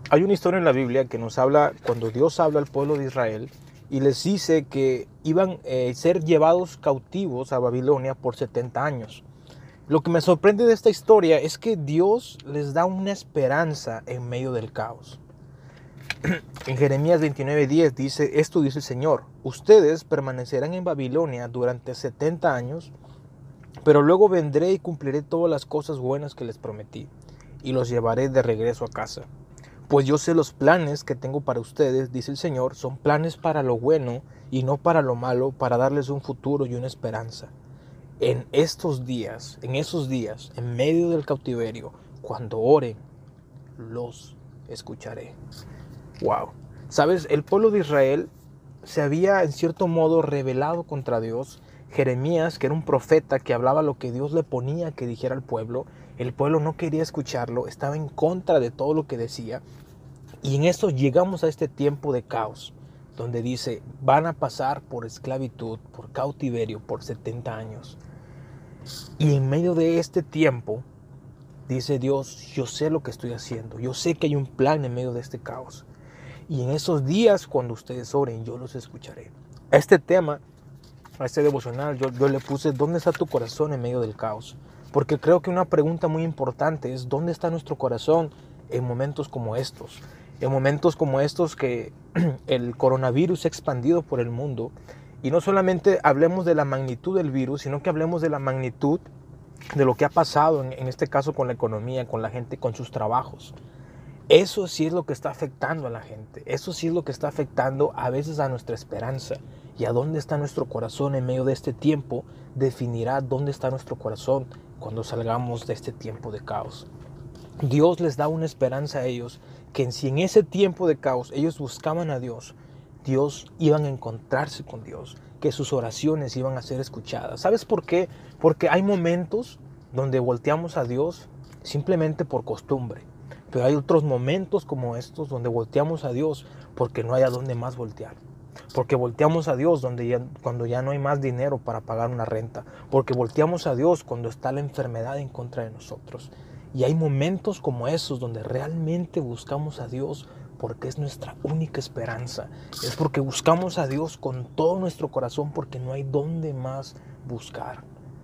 Hay una historia en la Biblia que nos habla cuando Dios habla al pueblo de Israel y les dice que iban a ser llevados cautivos a Babilonia por 70 años. Lo que me sorprende de esta historia es que Dios les da una esperanza en medio del caos. En Jeremías 29:10 dice, esto dice el Señor, ustedes permanecerán en Babilonia durante 70 años, pero luego vendré y cumpliré todas las cosas buenas que les prometí y los llevaré de regreso a casa. Pues yo sé los planes que tengo para ustedes, dice el Señor, son planes para lo bueno y no para lo malo, para darles un futuro y una esperanza. En esos días, en medio del cautiverio, cuando oren, los escucharé. Wow. ¿Sabes? El pueblo de Israel se había en cierto modo rebelado contra Dios. Jeremías, que era un profeta que hablaba lo que Dios le ponía que dijera al pueblo, el pueblo no quería escucharlo, estaba en contra de todo lo que decía. Y en eso llegamos a este tiempo de caos, donde dice, van a pasar por esclavitud, por cautiverio, por 70 años. Y en medio de este tiempo, dice Dios, yo sé lo que estoy haciendo, yo sé que hay un plan en medio de este caos. Y en esos días, cuando ustedes oren, yo los escucharé. A este tema, a este devocional, yo le puse, ¿dónde está tu corazón en medio del caos? Porque creo que una pregunta muy importante es, ¿dónde está nuestro corazón en momentos como estos? En momentos como estos que el coronavirus se ha expandido por el mundo. Y no solamente hablemos de la magnitud del virus, sino que hablemos de la magnitud de lo que ha pasado, en este caso con la economía, con la gente, con sus trabajos. Eso sí es lo que está afectando a la gente. Eso sí es lo que está afectando a veces a nuestra esperanza. Y a dónde está nuestro corazón en medio de este tiempo definirá dónde está nuestro corazón cuando salgamos de este tiempo de caos. Dios les da una esperanza a ellos que si en ese tiempo de caos ellos buscaban a Dios, Dios iban a encontrarse con Dios, que sus oraciones iban a ser escuchadas. ¿Sabes por qué? Porque hay momentos donde volteamos a Dios simplemente por costumbre. Pero hay otros momentos como estos donde volteamos a Dios porque no hay a dónde más voltear. Porque volteamos a Dios cuando ya no hay más dinero para pagar una renta. Porque volteamos a Dios cuando está la enfermedad en contra de nosotros. Y hay momentos como esos donde realmente buscamos a Dios porque es nuestra única esperanza. Es porque buscamos a Dios con todo nuestro corazón porque no hay dónde más buscar.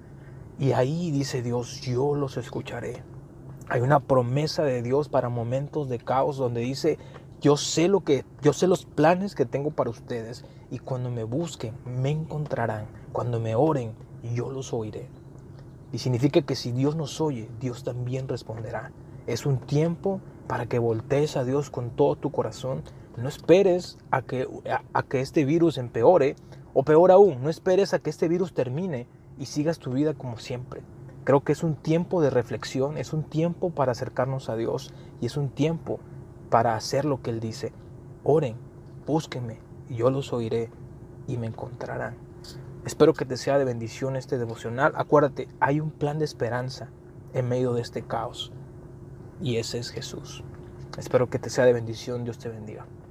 Y ahí dice Dios, yo los escucharé. Hay una promesa de Dios para momentos de caos donde dice, yo sé los planes que tengo para ustedes y cuando me busquen me encontrarán, cuando me oren yo los oiré. Y significa que si Dios nos oye, Dios también responderá. Es un tiempo para que voltees a Dios con todo tu corazón. No esperes a que este virus empeore, o peor aún, no esperes a que este virus termine y sigas tu vida como siempre. Creo que es un tiempo de reflexión, es un tiempo para acercarnos a Dios y es un tiempo para hacer lo que Él dice. Oren, búsquenme y yo los oiré y me encontrarán. Espero que te sea de bendición este devocional. Acuérdate, hay un plan de esperanza en medio de este caos y ese es Jesús. Espero que te sea de bendición. Dios te bendiga.